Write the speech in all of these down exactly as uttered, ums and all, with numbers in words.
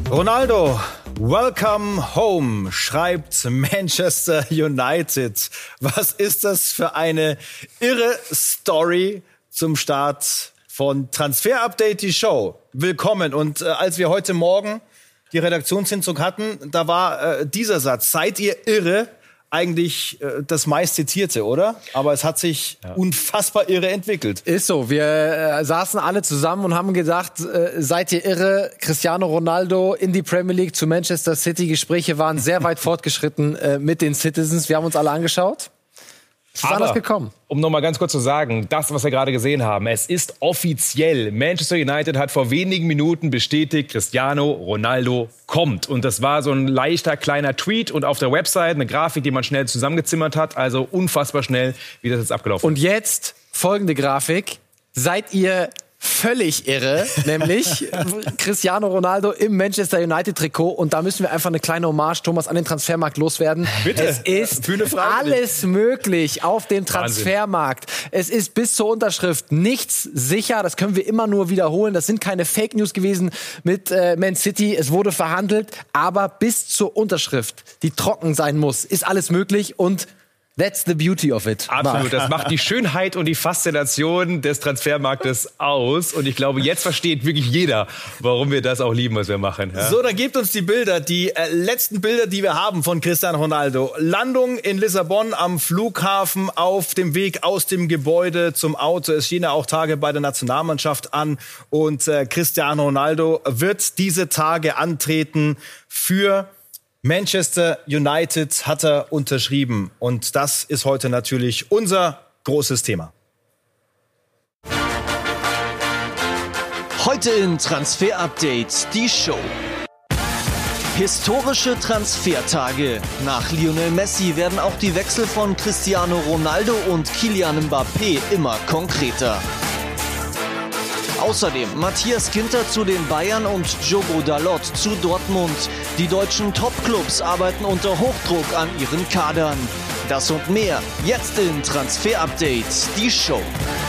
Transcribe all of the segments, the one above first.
Ronaldo, welcome home, schreibt Manchester United. Was ist das für eine irre Story zum Start von Transfer Update, die Show? Willkommen. Und äh, als wir heute Morgen die Redaktionssitzung hatten, da war äh, dieser Satz, seid ihr irre? Eigentlich äh, das meist zitierte, oder? Aber es hat sich ja. unfassbar irre entwickelt. Ist so. Wir äh, saßen alle zusammen und haben gedacht, äh, seid ihr irre? Cristiano Ronaldo in die Premier League zu Manchester City. Gespräche waren sehr weit fortgeschritten äh, mit den Citizens. Wir haben uns alle angeschaut. Es ist Aber, anders gekommen. Um noch mal ganz kurz zu sagen, das, was wir gerade gesehen haben, es ist offiziell. Manchester United hat vor wenigen Minuten bestätigt, Cristiano Ronaldo kommt. Und das war so ein leichter, kleiner Tweet und auf der Website eine Grafik, die man schnell zusammengezimmert hat. Also unfassbar schnell, wie das jetzt abgelaufen ist. Und jetzt folgende Grafik. Seid ihr völlig irre, nämlich Cristiano Ronaldo im Manchester United-Trikot. Und da müssen wir einfach eine kleine Hommage, Thomas, an den Transfermarkt loswerden. Bitte. Es ist alles möglich auf dem Transfermarkt. Wahnsinn. Es ist bis zur Unterschrift nichts sicher. Das können wir immer nur wiederholen. Das sind keine Fake News gewesen mit äh, Man City. Es wurde verhandelt. Aber bis zur Unterschrift, die trocken sein muss, ist alles möglich. Und that's the beauty of it. Absolut, das macht die Schönheit und die Faszination des Transfermarktes aus. Und ich glaube, jetzt versteht wirklich jeder, warum wir das auch lieben, was wir machen. Ja? So, dann gebt uns die Bilder, die äh, letzten Bilder, die wir haben von Cristiano Ronaldo. Landung in Lissabon am Flughafen, auf dem Weg aus dem Gebäude zum Auto. Es stehen ja auch Tage bei der Nationalmannschaft an. Und äh, Cristiano Ronaldo wird diese Tage antreten für Manchester United, hat er unterschrieben. Und das ist heute natürlich unser großes Thema. Heute in Transfer Update, die Show. Historische Transfertage. Nach Lionel Messi werden auch die Wechsel von Cristiano Ronaldo und Kylian Mbappé immer konkreter. Außerdem Matthias Ginter zu den Bayern und Diogo Dalot zu Dortmund. Die deutschen Topclubs arbeiten unter Hochdruck an ihren Kadern. Das und mehr jetzt in Transfer Update, die Show.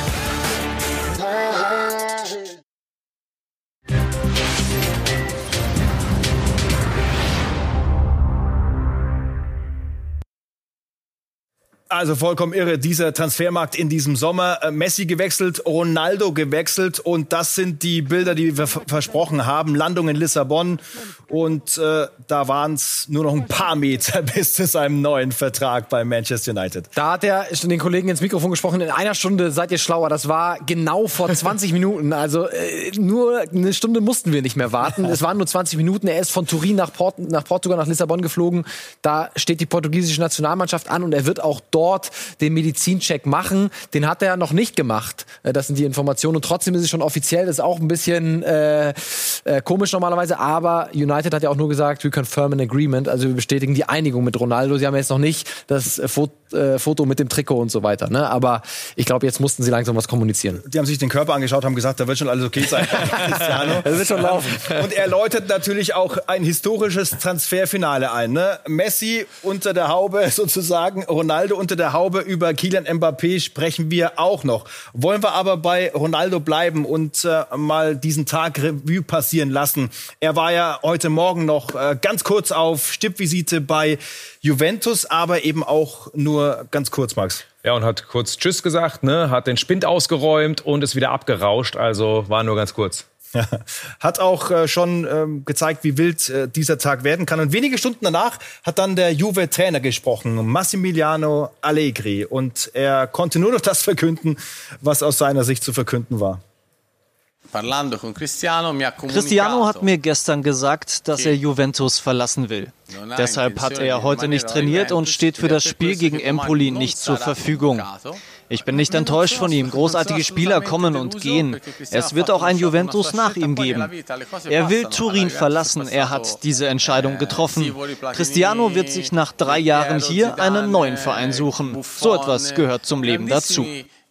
Also vollkommen irre, dieser Transfermarkt in diesem Sommer. Messi gewechselt, Ronaldo gewechselt und das sind die Bilder, die wir versprochen haben. Landung in Lissabon und äh, da waren es nur noch ein paar Meter bis zu seinem neuen Vertrag bei Manchester United. Da hat er den Kollegen ins Mikrofon gesprochen, in einer Stunde seid ihr schlauer. Das war genau vor zwanzig Minuten, also äh, nur eine Stunde mussten wir nicht mehr warten. Es waren nur zwanzig Minuten, er ist von Turin nach, Port- nach Portugal, nach Lissabon geflogen. Da steht die portugiesische Nationalmannschaft an und er wird auch dort dort den Medizincheck machen. Den hat er noch nicht gemacht. Das sind die Informationen. Und trotzdem ist es schon offiziell. Das ist auch ein bisschen äh, äh, komisch normalerweise. Aber United hat ja auch nur gesagt, we confirm an agreement. Also wir bestätigen die Einigung mit Ronaldo. Sie haben jetzt noch nicht das Foto, äh, Foto mit dem Trikot und so weiter. Ne? Aber ich glaube, jetzt mussten sie langsam was kommunizieren. Die haben sich den Körper angeschaut, haben gesagt, da wird schon alles okay sein. Cristiano. Das wird schon laufen. Und er läutet natürlich auch ein historisches Transferfinale ein. Ne? Messi unter der Haube sozusagen, Ronaldo unter der Haube. Über Kylian Mbappé sprechen wir auch noch. Wollen wir aber bei Ronaldo bleiben und äh, mal diesen Tag Revue passieren lassen. Er war ja heute Morgen noch äh, ganz kurz auf Stippvisite bei Juventus, aber eben auch nur ganz kurz, Max. Ja, und hat kurz Tschüss gesagt, ne? Hat den Spind ausgeräumt und ist wieder abgerauscht. Also war nur ganz kurz. Ja, hat auch äh, schon ähm, gezeigt, wie wild äh, dieser Tag werden kann. Und wenige Stunden danach hat dann der Juve-Trainer gesprochen, Massimiliano Allegri. Und er konnte nur noch das verkünden, was aus seiner Sicht zu verkünden war. Cristiano hat mir gestern gesagt, dass er Juventus verlassen will. Deshalb hat er heute nicht trainiert und steht für das Spiel gegen Empoli nicht zur Verfügung. Ich bin nicht enttäuscht von ihm. Großartige Spieler kommen und gehen. Es wird auch ein Juventus nach ihm geben. Er will Turin verlassen. Er hat diese Entscheidung getroffen. Cristiano wird sich nach drei Jahren hier einen neuen Verein suchen. So etwas gehört zum Leben dazu.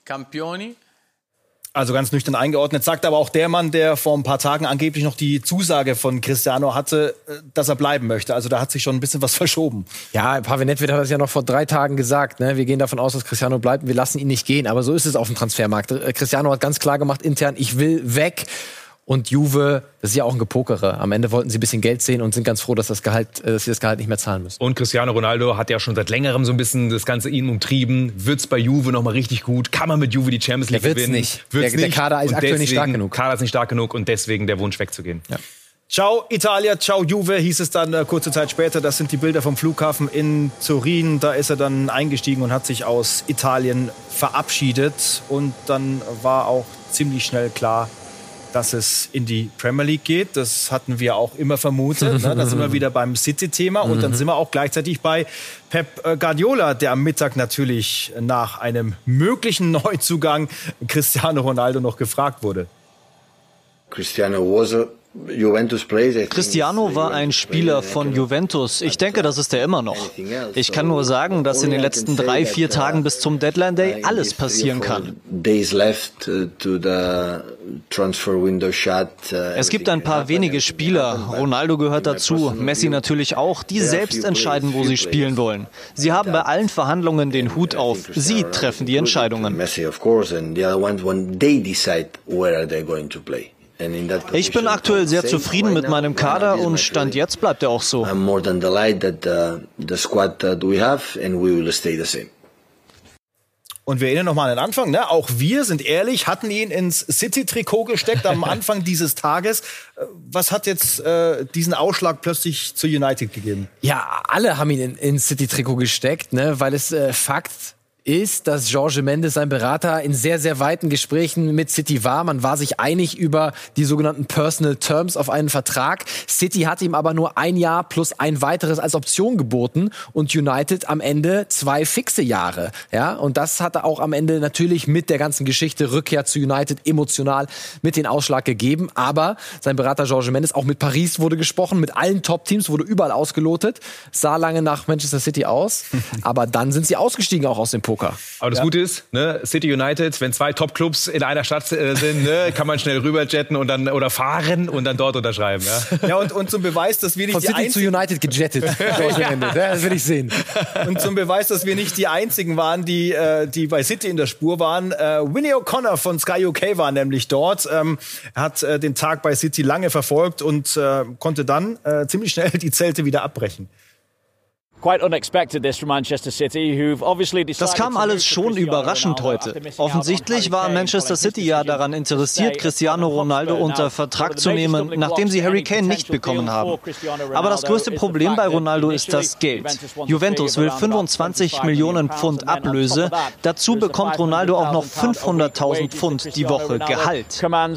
Also ganz nüchtern eingeordnet, sagt aber auch der Mann, der vor ein paar Tagen angeblich noch die Zusage von Cristiano hatte, dass er bleiben möchte. Also da hat sich schon ein bisschen was verschoben. Ja, Pavel Nedved hat das ja noch vor drei Tagen gesagt. Ne? Wir gehen davon aus, dass Cristiano bleibt. Wir lassen ihn nicht gehen. Aber so ist es auf dem Transfermarkt. Cristiano hat ganz klar gemacht intern, ich will weg. Und Juve, das ist ja auch ein Gepokere. Am Ende wollten sie ein bisschen Geld sehen und sind ganz froh, dass, das Gehalt, dass sie das Gehalt nicht mehr zahlen müssen. Und Cristiano Ronaldo hat ja schon seit längerem so ein bisschen das Ganze ihn umtrieben. Wird's bei Juve nochmal richtig gut? Kann man mit Juve die Champions League ja, wird's gewinnen? Nicht. Wird's der, nicht. Der Kader ist und aktuell deswegen, nicht stark genug. Kader ist nicht stark genug und deswegen der Wunsch wegzugehen. Ja. Ciao Italia, ciao Juve, hieß es dann äh, kurze Zeit später. Das sind die Bilder vom Flughafen in Turin. Da ist er dann eingestiegen und hat sich aus Italien verabschiedet. Und dann war auch ziemlich schnell klar, dass es in die Premier League geht. Das hatten wir auch immer vermutet. Ne? Da sind wir wieder beim City-Thema. Und dann sind wir auch gleichzeitig bei Pep Guardiola, der am Mittag natürlich nach einem möglichen Neuzugang Cristiano Ronaldo noch gefragt wurde. Cristiano was a Cristiano war ein Spieler von Juventus. Ich denke, das ist er immer noch. Ich kann nur sagen, dass in den letzten drei, vier Tagen bis zum Deadline Day alles passieren kann. Es gibt ein paar wenige Spieler, Ronaldo gehört dazu, Messi natürlich auch, die selbst entscheiden, wo sie spielen wollen. Sie haben bei allen Verhandlungen den Hut auf. Sie treffen die Entscheidungen. Ich bin aktuell sehr zufrieden mit meinem Kader und Stand jetzt bleibt er auch so. Und wir erinnern nochmal an den Anfang, ne? Auch wir, sind ehrlich, hatten ihn ins City-Trikot gesteckt am Anfang dieses Tages. Was hat jetzt äh, diesen Ausschlag plötzlich zu United gegeben? Ja, alle haben ihn in, ins City-Trikot gesteckt, ne? Weil es äh, Fakt ist, dass Jorge Mendes, sein Berater, in sehr, sehr weiten Gesprächen mit City war. Man war sich einig über die sogenannten Personal Terms auf einen Vertrag. City hat ihm aber nur ein Jahr plus ein weiteres als Option geboten und United am Ende zwei fixe Jahre. Ja, und das hatte auch am Ende natürlich mit der ganzen Geschichte Rückkehr zu United emotional mit den Ausschlag gegeben. Aber sein Berater Jorge Mendes, auch mit Paris wurde gesprochen, mit allen Top-Teams, wurde überall ausgelotet. Sah lange nach Manchester City aus, aber dann sind sie ausgestiegen auch aus dem Poker. Aber das ja. Gute ist, ne, City United, wenn zwei Top-Clubs in einer Stadt äh, sind, ne, kann man schnell rüberjetten und dann oder fahren und dann dort unterschreiben. Ja, ja und, und zum Beweis, dass wir nicht Von die City einzigen... zu United gejettet. ja. Das will ich sehen. Und zum Beweis, dass wir nicht die einzigen waren, die, äh, die bei City in der Spur waren. Äh, Winnie O'Connor von Sky U K war nämlich dort. Ähm, er hat äh, den Tag bei City lange verfolgt und äh, konnte dann äh, ziemlich schnell die Zelte wieder abbrechen. Das kam alles schon überraschend heute. Offensichtlich war Manchester City ja daran interessiert, Cristiano Ronaldo unter Vertrag zu nehmen, nachdem sie Harry Kane nicht bekommen haben. Aber das größte Problem bei Ronaldo ist das Geld. Juventus will fünfundzwanzig Millionen Pfund Ablöse. Dazu bekommt Ronaldo auch noch fünfhunderttausend Pfund die Woche Gehalt.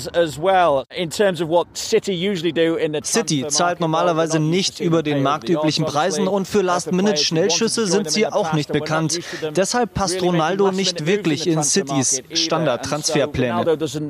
City zahlt normalerweise nicht über den marktüblichen Preisen und für Last Minute-Schnellschüsse sind sie auch nicht bekannt. Deshalb passt Ronaldo nicht wirklich in Citys Standard-Transferpläne.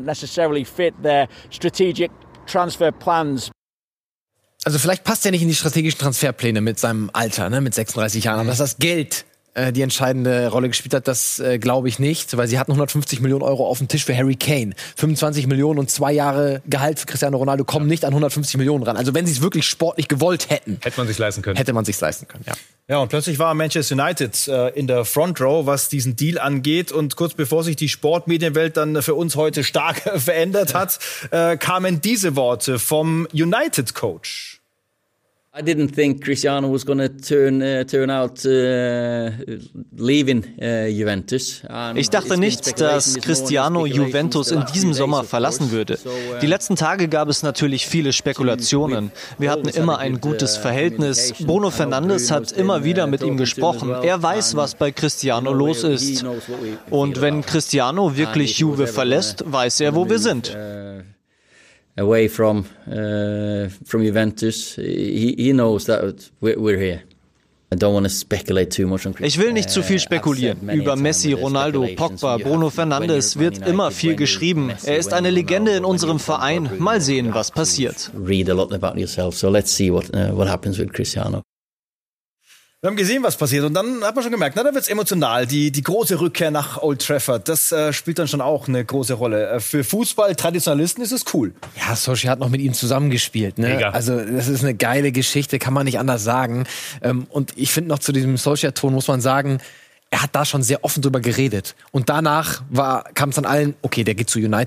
Also vielleicht passt er nicht in die strategischen Transferpläne mit seinem Alter, ne, mit sechsunddreißig Jahren. Aber dass das Geld äh, die entscheidende Rolle gespielt hat, das äh, glaube ich nicht. Weil sie hatten hundertfünfzig Millionen Euro auf dem Tisch für Harry Kane. fünfundzwanzig Millionen und zwei Jahre Gehalt für Cristiano Ronaldo kommen nicht an hundertfünfzig Millionen ran. Also wenn sie es wirklich sportlich gewollt hätten. Hätte man sich leisten können. Hätte man sich leisten können, ja. Ja, und plötzlich war Manchester United äh, in der Front Row, was diesen Deal angeht. Und kurz bevor sich die Sportmedienwelt dann für uns heute stark verändert hat, äh, kamen diese Worte vom United-Coach. I didn't think Cristiano was going to turn uh, turn out uh, leaving uh, Juventus. Ich dachte nicht, dass Cristiano Juventus in diesem Sommer verlassen würde. Die letzten Tage gab es natürlich viele Spekulationen. Wir hatten immer ein gutes Verhältnis. Bruno Fernandes hat immer wieder mit ihm gesprochen. Er weiß, was bei Cristiano los ist. Und wenn Cristiano wirklich Juve verlässt, weiß er, wo wir sind. Away from uh, from Juventus, he, he knows that we're, we're here. I don't want to speculate too much on Cristiano. Ich will nicht zu viel spekulieren. Über Messi, Ronaldo, Pogba, Bruno Fernandes wird immer viel geschrieben. Er ist eine Legende in unserem Verein. Mal sehen, was passiert. Read a lot about yourself, so let's see what uh, what happens with Cristiano. Wir haben gesehen, was passiert. Und dann hat man schon gemerkt, na, da wird's emotional. Die, die große Rückkehr nach Old Trafford, das äh, spielt dann schon auch eine große Rolle. Äh, für Fußball-Traditionalisten ist es cool. Ja, Solskjaer hat noch mit ihm zusammengespielt. Ne? Mega. Also das ist eine geile Geschichte, kann man nicht anders sagen. Ähm, und ich finde noch zu diesem Solskjaer-Ton muss man sagen, er hat da schon sehr offen drüber geredet. Und danach war, kam es dann allen, okay, der geht zu United.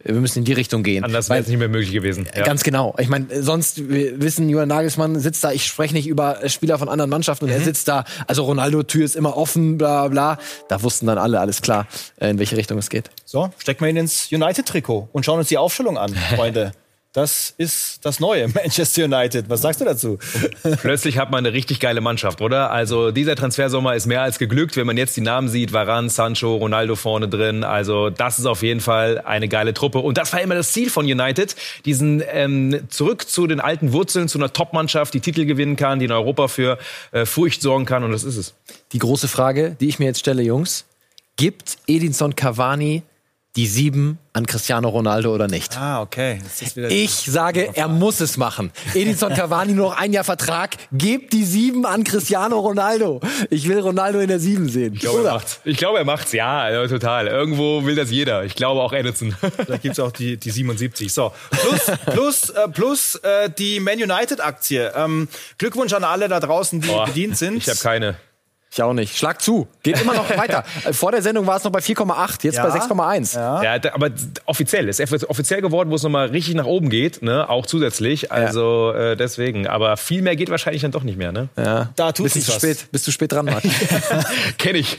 Wir müssen in die Richtung gehen. Anders wäre es nicht mehr möglich gewesen. Ja. Ganz genau. Ich meine, sonst, wir wissen, Julian Nagelsmann sitzt da, ich spreche nicht über Spieler von anderen Mannschaften und mhm. er sitzt da, also Ronaldo-Tür ist immer offen, bla bla. Da wussten dann alle, alles klar, in welche Richtung es geht. So, stecken wir ihn ins United-Trikot und schauen uns die Aufstellung an, Freunde. Das ist das neue Manchester United. Was sagst du dazu? Plötzlich hat man eine richtig geile Mannschaft, oder? Also dieser Transfersommer ist mehr als geglückt. Wenn man jetzt die Namen sieht, Varane, Sancho, Ronaldo vorne drin. Also das ist auf jeden Fall eine geile Truppe. Und das war immer das Ziel von United. Diesen ähm, zurück zu den alten Wurzeln, zu einer Top-Mannschaft, die Titel gewinnen kann, die in Europa für äh, Furcht sorgen kann. Und das ist es. Die große Frage, die ich mir jetzt stelle, Jungs. Gibt Edinson Cavani die sieben an Cristiano Ronaldo oder nicht? Ah, okay. Das ist wieder ich sage, er muss es machen. Edinson Cavani nur noch ein Jahr Vertrag. Gebt die sieben an Cristiano Ronaldo. Ich will Ronaldo in der sieben sehen. Ich glaube, er macht's. Ich glaube, er macht's. Ja, ja, total. Irgendwo will das jeder. Ich glaube auch Edison. Da gibt's auch die, die siebenundsiebzig. So. Plus, plus, äh, plus äh, die Man United Aktie. Ähm, Glückwunsch an alle da draußen, die oh, bedient sind. Ich habe keine. Ich auch nicht. Schlag zu. Geht immer noch weiter. Vor der Sendung war es noch bei vier Komma acht, jetzt ja. bei sechs Komma eins. Ja. ja, aber offiziell. Es ist offiziell geworden, wo es nochmal richtig nach oben geht, ne? Auch zusätzlich. Also ja. äh, deswegen. Aber viel mehr geht wahrscheinlich dann doch nicht mehr, ne? Ja. Da tut sich was. Spät. Bist du spät dran, Marc? Kenn ich.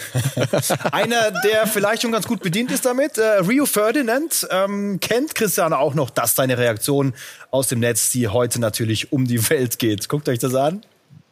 Einer, der vielleicht schon ganz gut bedient ist damit, äh, Rio Ferdinand, ähm, kennt Cristiano auch noch. Das ist seine Reaktion aus dem Netz, die heute natürlich um die Welt geht. Guckt euch das an.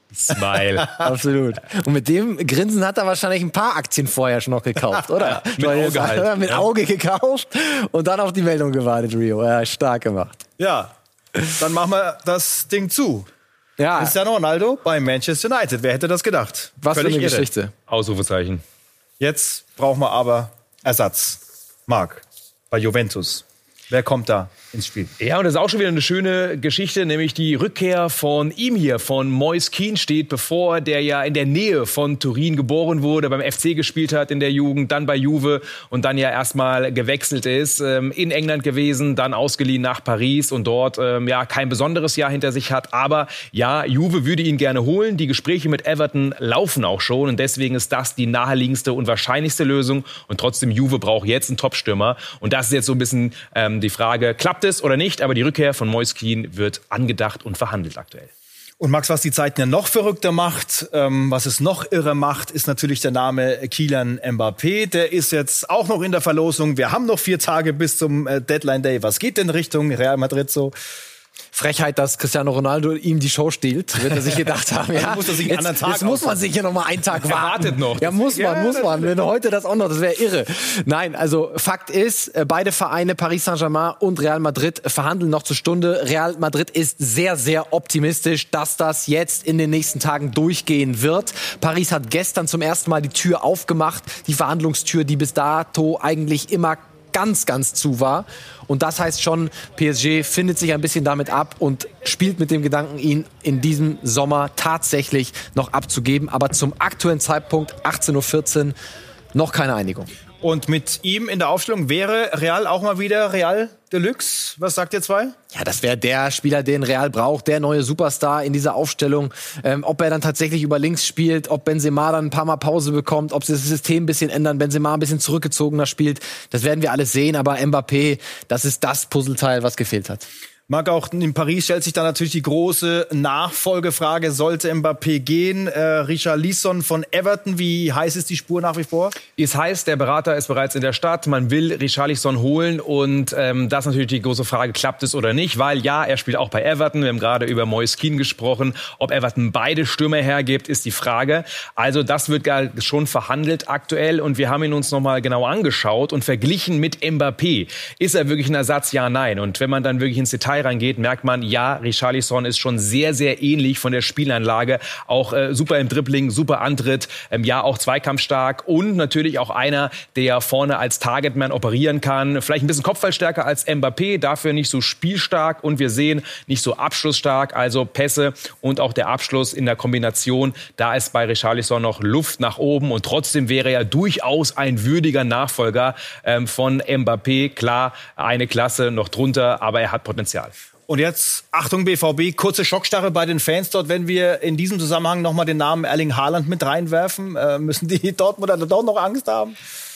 Smile. Absolut. Und mit dem Grinsen hat er wahrscheinlich ein paar Aktien vorher schon noch gekauft, oder? mit Auge halt. Mit Auge gekauft und dann auf die Meldung gewartet, Rio. Ja, stark gemacht. Ja, dann machen wir das Ding zu. Ja. Cristiano Ronaldo bei Manchester United. Wer hätte das gedacht? Was Völlig für eine irre. Geschichte. Ausrufezeichen. Jetzt brauchen wir aber Ersatz. Marc, bei Juventus. Wer kommt da ins Spiel? Ja, und das ist auch schon wieder eine schöne Geschichte, nämlich die Rückkehr von ihm hier, von Moise Kean steht bevor, der ja in der Nähe von Turin geboren wurde, beim F C gespielt hat in der Jugend, dann bei Juve und dann ja erstmal gewechselt ist, ähm, in England gewesen, dann ausgeliehen nach Paris und dort ähm, ja kein besonderes Jahr hinter sich hat, aber ja, Juve würde ihn gerne holen. Die Gespräche mit Everton laufen auch schon und deswegen ist das die naheliegendste und wahrscheinlichste Lösung und trotzdem Juve braucht jetzt einen Topstürmer und das ist jetzt so ein bisschen ähm, die Frage, klappt es oder nicht? Aber die Rückkehr von Moise Kean wird angedacht und verhandelt aktuell. Und Max, was die Zeiten ja noch verrückter macht, ähm, was es noch irre macht, ist natürlich der Name Kylian Mbappé. Der ist jetzt auch noch in der Verlosung. Wir haben noch vier Tage bis zum äh, Deadline Day. Was geht denn Richtung Real Madrid so? Frechheit, dass Cristiano Ronaldo ihm die Show stiehlt, wird er sich gedacht haben. Ja, muss er sich einen jetzt, Tag jetzt muss man sich hier noch mal einen Tag warten. Er wartet noch. Ja, muss man, ja, muss man. Wenn heute das auch noch, das wäre irre. Nein, also Fakt ist, beide Vereine, Paris Saint-Germain und Real Madrid, verhandeln noch zur Stunde. Real Madrid ist sehr, sehr optimistisch, dass das jetzt in den nächsten Tagen durchgehen wird. Paris hat gestern zum ersten Mal die Tür aufgemacht, die Verhandlungstür, die bis dato eigentlich immer ganz, ganz zu war. Und das heißt schon, P S G findet sich ein bisschen damit ab und spielt mit dem Gedanken, ihn in diesem Sommer tatsächlich noch abzugeben. Aber zum aktuellen Zeitpunkt, achtzehn Uhr vierzehn, noch keine Einigung. Und mit ihm in der Aufstellung wäre Real auch mal wieder Real Deluxe. Was sagt ihr zwei? Ja, das wäre der Spieler, den Real braucht, der neue Superstar in dieser Aufstellung. Ähm, ob er dann tatsächlich über links spielt, ob Benzema dann ein paar Mal Pause bekommt, ob sie das System ein bisschen ändern, Benzema ein bisschen zurückgezogener spielt, das werden wir alles sehen. Aber Mbappé, das ist das Puzzleteil, was gefehlt hat. Marc, auch in Paris stellt sich dann natürlich die große Nachfolgefrage, sollte Mbappé gehen? Äh, Richarlison von Everton, wie heiß ist die Spur nach wie vor? Es heißt, der Berater ist bereits in der Stadt, man will Richarlison holen und ähm, das ist natürlich die große Frage, klappt es oder nicht? Weil ja, er spielt auch bei Everton, wir haben gerade über Moise Kean gesprochen, ob Everton beide Stürmer hergibt, ist die Frage. Also das wird gar schon verhandelt aktuell und wir haben ihn uns nochmal genau angeschaut und verglichen mit Mbappé. Ist er wirklich ein Ersatz? Ja, nein. Und wenn man dann wirklich ins Detail reingeht, merkt man, ja, Richarlison ist schon sehr, sehr ähnlich von der Spielanlage. Auch äh, super im Dribbling, super Antritt, ähm, ja, auch zweikampfstark und natürlich auch einer, der vorne als Targetman operieren kann. Vielleicht ein bisschen kopfballstärker als Mbappé, dafür nicht so spielstark und wir sehen, nicht so abschlussstark, also Pässe und auch der Abschluss in der Kombination. Da ist bei Richarlison noch Luft nach oben und trotzdem wäre er durchaus ein würdiger Nachfolger ähm, von Mbappé. Klar, eine Klasse noch drunter, aber er hat Potenzial. Und jetzt, Achtung B V B, kurze Schockstarre bei den Fans dort, wenn wir in diesem Zusammenhang nochmal den Namen Erling Haaland mit reinwerfen. Äh, müssen die Dortmunder doch noch Angst haben?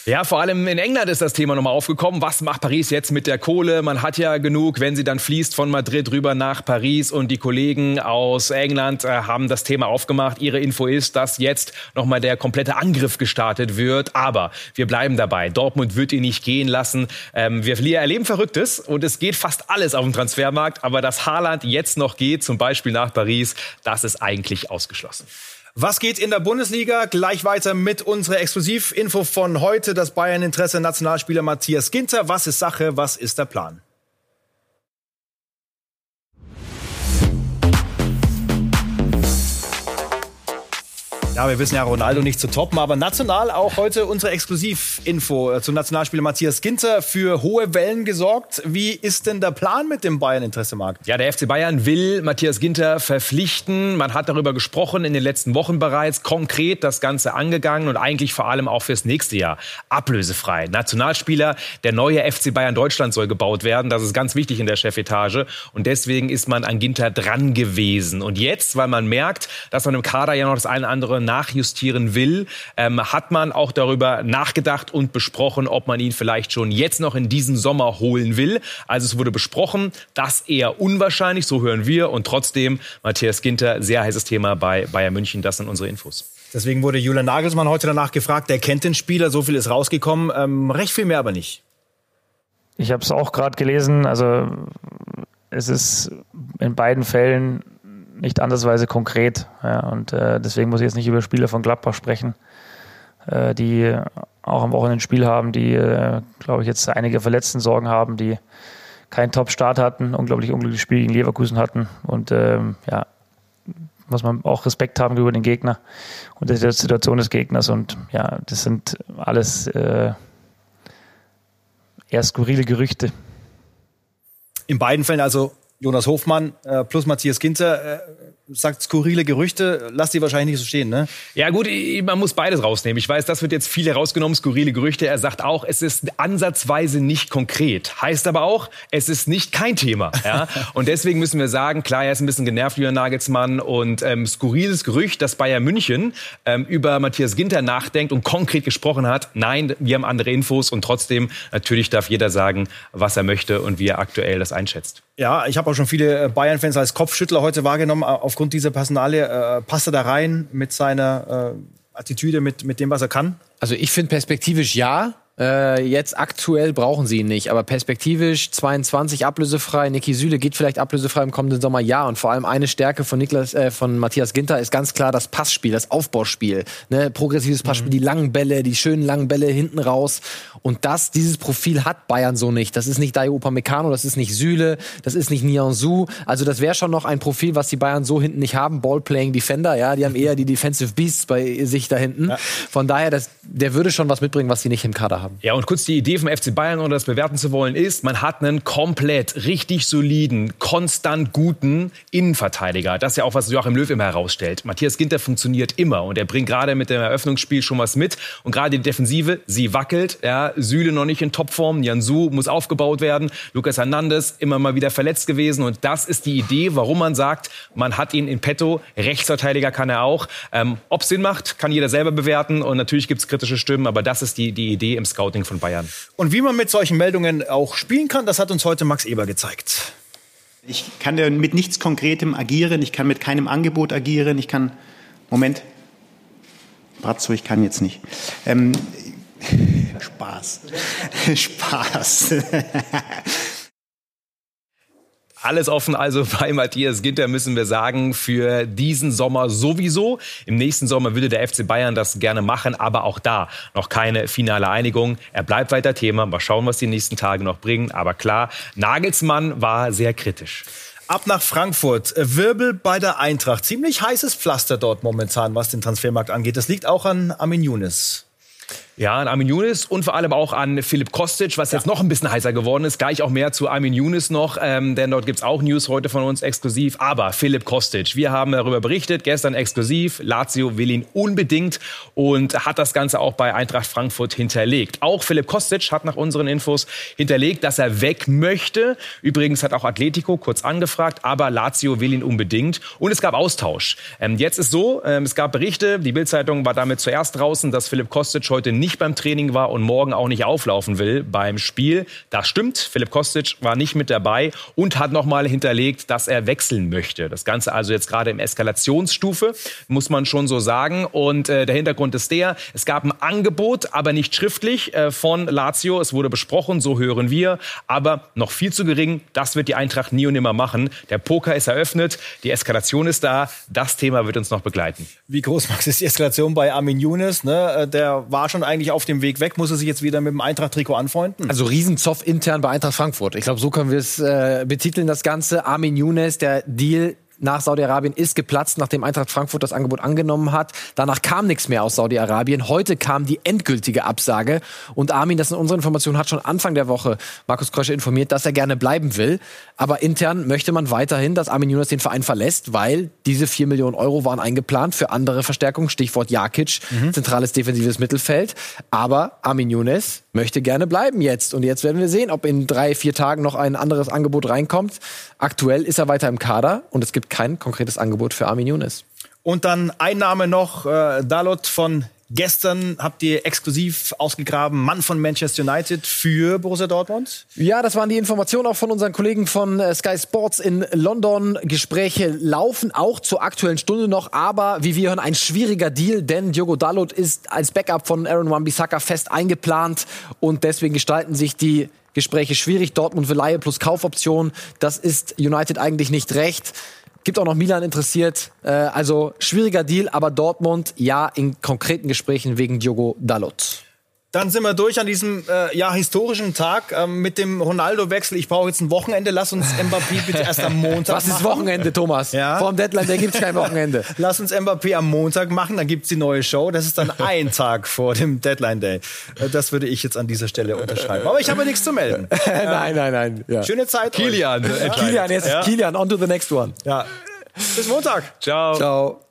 Ja, vor allem in England ist das Thema nochmal aufgekommen. Was macht Paris jetzt mit der Kohle? Man hat ja genug, wenn sie dann fließt von Madrid rüber nach Paris. Und die Kollegen aus England äh, haben das Thema aufgemacht. Ihre Info ist, dass jetzt nochmal der komplette Angriff gestartet wird. Aber wir bleiben dabei. Dortmund wird ihn nicht gehen lassen. Ähm, wir erleben Verrücktes und es geht fast alles auf dem Transfermarkt. Aber dass Haaland jetzt noch geht, zum Beispiel nach Paris, das ist eigentlich ausgeschlossen. Was geht in der Bundesliga? Gleich weiter mit unserer Exklusivinfo von heute. Das Bayern-Interesse Nationalspieler Matthias Ginter. Was ist Sache? Was ist der Plan? Ja, wir wissen ja, Ronaldo nicht zu toppen, aber national auch heute unsere Exklusivinfo zum Nationalspieler Matthias Ginter für hohe Wellen gesorgt. Wie ist denn der Plan mit dem Bayern-Interesse, Marc? Ja, der F C Bayern will Matthias Ginter verpflichten. Man hat darüber gesprochen in den letzten Wochen bereits, konkret das Ganze angegangen und eigentlich vor allem auch fürs nächste Jahr. Ablösefrei. Nationalspieler, der neue F C Bayern Deutschland soll gebaut werden. Das ist ganz wichtig in der Chefetage und deswegen ist man an Ginter dran gewesen. Und jetzt, weil man merkt, dass man im Kader ja noch das eine oder andere nachjustieren will, ähm, hat man auch darüber nachgedacht und besprochen, ob man ihn vielleicht schon jetzt noch in diesen Sommer holen will. Also es wurde besprochen, das eher unwahrscheinlich, so hören wir. Und trotzdem, Matthias Ginter, sehr heißes Thema bei Bayern München. Das sind unsere Infos. Deswegen wurde Julian Nagelsmann heute danach gefragt. Der kennt den Spieler, so viel ist rausgekommen. Ähm, recht viel mehr aber nicht. Ich habe es auch gerade gelesen. Also es ist in beiden Fällen nicht andersweise konkret. Ja, und äh, deswegen muss ich jetzt nicht über Spieler von Gladbach sprechen, äh, die auch am Wochenende ein Spiel haben, die, äh, glaube ich, jetzt einige Verletzten-Sorgen haben, die keinen Top-Start hatten, unglaublich unglückliches Spiel gegen Leverkusen hatten. Und ähm, ja, muss man auch Respekt haben gegenüber den Gegner und der Situation des Gegners. Und ja, das sind alles äh, eher skurrile Gerüchte. In beiden Fällen also Jonas Hofmann äh, plus Matthias Ginter äh, sagt skurrile Gerüchte, lass die wahrscheinlich nicht so stehen, ne? Ja gut, man muss beides rausnehmen. Ich weiß, das wird jetzt viel herausgenommen, skurrile Gerüchte. Er sagt auch, es ist ansatzweise nicht konkret. Heißt aber auch, es ist nicht kein Thema. Ja? Und deswegen müssen wir sagen, klar, er ist ein bisschen genervt, Julian Nagelsmann. Und ähm, skurriles Gerücht, dass Bayern München ähm, über Matthias Ginter nachdenkt und konkret gesprochen hat. Nein, wir haben andere Infos und trotzdem, natürlich darf jeder sagen, was er möchte und wie er aktuell das einschätzt. Ja, ich habe auch schon viele Bayern-Fans als Kopfschüttler heute wahrgenommen. Aufgrund dieser Personalie äh, passt er da rein mit seiner äh, Attitüde, mit, mit dem, was er kann? Also ich finde perspektivisch ja. Äh, jetzt aktuell brauchen sie ihn nicht, aber perspektivisch zweiundzwanzig ablösefrei. Niki Süle geht vielleicht ablösefrei im kommenden Sommer, ja. Und vor allem eine Stärke von Niklas, äh, von Matthias Ginter ist ganz klar das Passspiel, das Aufbauspiel, ne? Progressives Passspiel, mhm. die langen Bälle, die schönen langen Bälle hinten raus. Und das, dieses Profil hat Bayern so nicht. Das ist nicht Dayot Upamecano, das ist nicht Süle, das ist nicht Nianzou. Also das wäre schon noch ein Profil, was die Bayern so hinten nicht haben. Ball-playing Defender, ja, die haben eher die Defensive Beasts bei sich da hinten. Ja. Von daher, das, der würde schon was mitbringen, was sie nicht im Kader haben. Ja, und kurz die Idee vom F C Bayern, ohne das bewerten zu wollen, ist, man hat einen komplett richtig soliden, konstant guten Innenverteidiger. Das ist ja auch, was Joachim Löw immer herausstellt. Matthias Ginter funktioniert immer und er bringt gerade mit dem Eröffnungsspiel schon was mit. Und gerade die Defensive, sie wackelt. Ja, Süle noch nicht in Topform, Nianzou muss aufgebaut werden, Lucas Hernandez immer mal wieder verletzt gewesen. Und das ist die Idee, warum man sagt, man hat ihn in petto. Rechtsverteidiger kann er auch. Ähm, ob es Sinn macht, kann jeder selber bewerten. Und natürlich gibt es kritische Stimmen, aber das ist die, die Idee im Scouting von Bayern. Und wie man mit solchen Meldungen auch spielen kann, das hat uns heute Max Eber gezeigt. Ich kann ja mit nichts Konkretem agieren, ich kann mit keinem Angebot agieren, ich kann... Moment. Bratzo, ich kann jetzt nicht. Ähm, Spaß. Spaß. Alles offen also bei Matthias Ginter, müssen wir sagen, für diesen Sommer sowieso. Im nächsten Sommer würde der F C Bayern das gerne machen, aber auch da noch keine finale Einigung. Er bleibt weiter Thema. Mal schauen, was die nächsten Tage noch bringen. Aber klar, Nagelsmann war sehr kritisch. Ab nach Frankfurt. Wirbel bei der Eintracht. Ziemlich heißes Pflaster dort momentan, was den Transfermarkt angeht. Das liegt auch an Armin Younes. Ja, an Armin Younes und vor allem auch an Philipp Kostic, was ja. jetzt noch ein bisschen heißer geworden ist. Gleich auch mehr zu Armin Younes noch, ähm, denn dort gibt's auch News heute von uns exklusiv. Aber Philipp Kostic, wir haben darüber berichtet, gestern exklusiv. Lazio will ihn unbedingt und hat das Ganze auch bei Eintracht Frankfurt hinterlegt. Auch Philipp Kostic hat nach unseren Infos hinterlegt, dass er weg möchte. Übrigens hat auch Atletico kurz angefragt, aber Lazio will ihn unbedingt. Und es gab Austausch. Ähm, jetzt ist so, ähm, es gab Berichte, die Bild-Zeitung war damit zuerst draußen, dass Philipp Kostic heute nicht nicht beim Training war und morgen auch nicht auflaufen will beim Spiel. Das stimmt. Filip Kostic war nicht mit dabei und hat nochmal hinterlegt, dass er wechseln möchte. Das Ganze also jetzt gerade im Eskalationsstufe, muss man schon so sagen. Und äh, der Hintergrund ist der, es gab ein Angebot, aber nicht schriftlich äh, von Lazio. Es wurde besprochen, so hören wir, aber noch viel zu gering. Das wird die Eintracht nie und nimmer machen. Der Poker ist eröffnet, die Eskalation ist da. Das Thema wird uns noch begleiten. Wie groß, Max, ist die Eskalation bei Armin Younes? Ne? Der war schon eigentlich auf dem Weg weg, muss er sich jetzt wieder mit dem Eintracht-Trikot anfreunden? Also Riesenzoff intern bei Eintracht Frankfurt. Ich glaube, so können wir es äh, betiteln, das Ganze. Armin Younes, der Deal nach Saudi-Arabien ist geplatzt, nachdem Eintracht Frankfurt das Angebot angenommen hat. Danach kam nichts mehr aus Saudi-Arabien. Heute kam die endgültige Absage. Und Armin, das sind unsere Informationen, hat schon Anfang der Woche Markus Krösche informiert, dass er gerne bleiben will. Aber intern möchte man weiterhin, dass Armin Younes den Verein verlässt, weil diese vier Millionen Euro waren eingeplant für andere Verstärkungen. Stichwort Jakic, mhm. zentrales defensives Mittelfeld. Aber Armin Younes möchte gerne bleiben jetzt. Und jetzt werden wir sehen, ob in drei, vier Tagen noch ein anderes Angebot reinkommt. Aktuell ist er weiter im Kader und es gibt kein konkretes Angebot für Armin Younes. Und dann ein Name noch, äh, Dalot von gestern habt ihr exklusiv ausgegraben, Mann von Manchester United für Borussia Dortmund. Ja, das waren die Informationen auch von unseren Kollegen von äh, Sky Sports in London. Gespräche laufen auch zur aktuellen Stunde noch, aber wie wir hören, ein schwieriger Deal, denn Diogo Dalot ist als Backup von Aaron Wan-Bissaka fest eingeplant und deswegen gestalten sich die Gespräche schwierig. Dortmund will Leihe plus Kaufoption. Das ist United eigentlich nicht recht. Gibt auch noch Milan interessiert. Äh, also schwieriger Deal, aber Dortmund ja in konkreten Gesprächen wegen Diogo Dalot. Dann sind wir durch an diesem äh, ja, historischen Tag ähm, mit dem Ronaldo-Wechsel. Ich brauche jetzt ein Wochenende. Lass uns Mbappé bitte erst am Montag Was machen. ist Wochenende, Thomas? Ja? Vor dem Deadline, da gibt's kein Wochenende. Lass uns Mbappé am Montag machen, dann gibt's die neue Show. Das ist dann ein Tag vor dem Deadline-Day. Äh, das würde ich jetzt an dieser Stelle unterschreiben. Aber ich habe nichts zu melden. nein, nein, nein. Ja. Schöne Zeit. Kilian. Ja. Kilian, jetzt ja. Kilian, on to the next one. Ja. Bis Montag. Ciao. Ciao.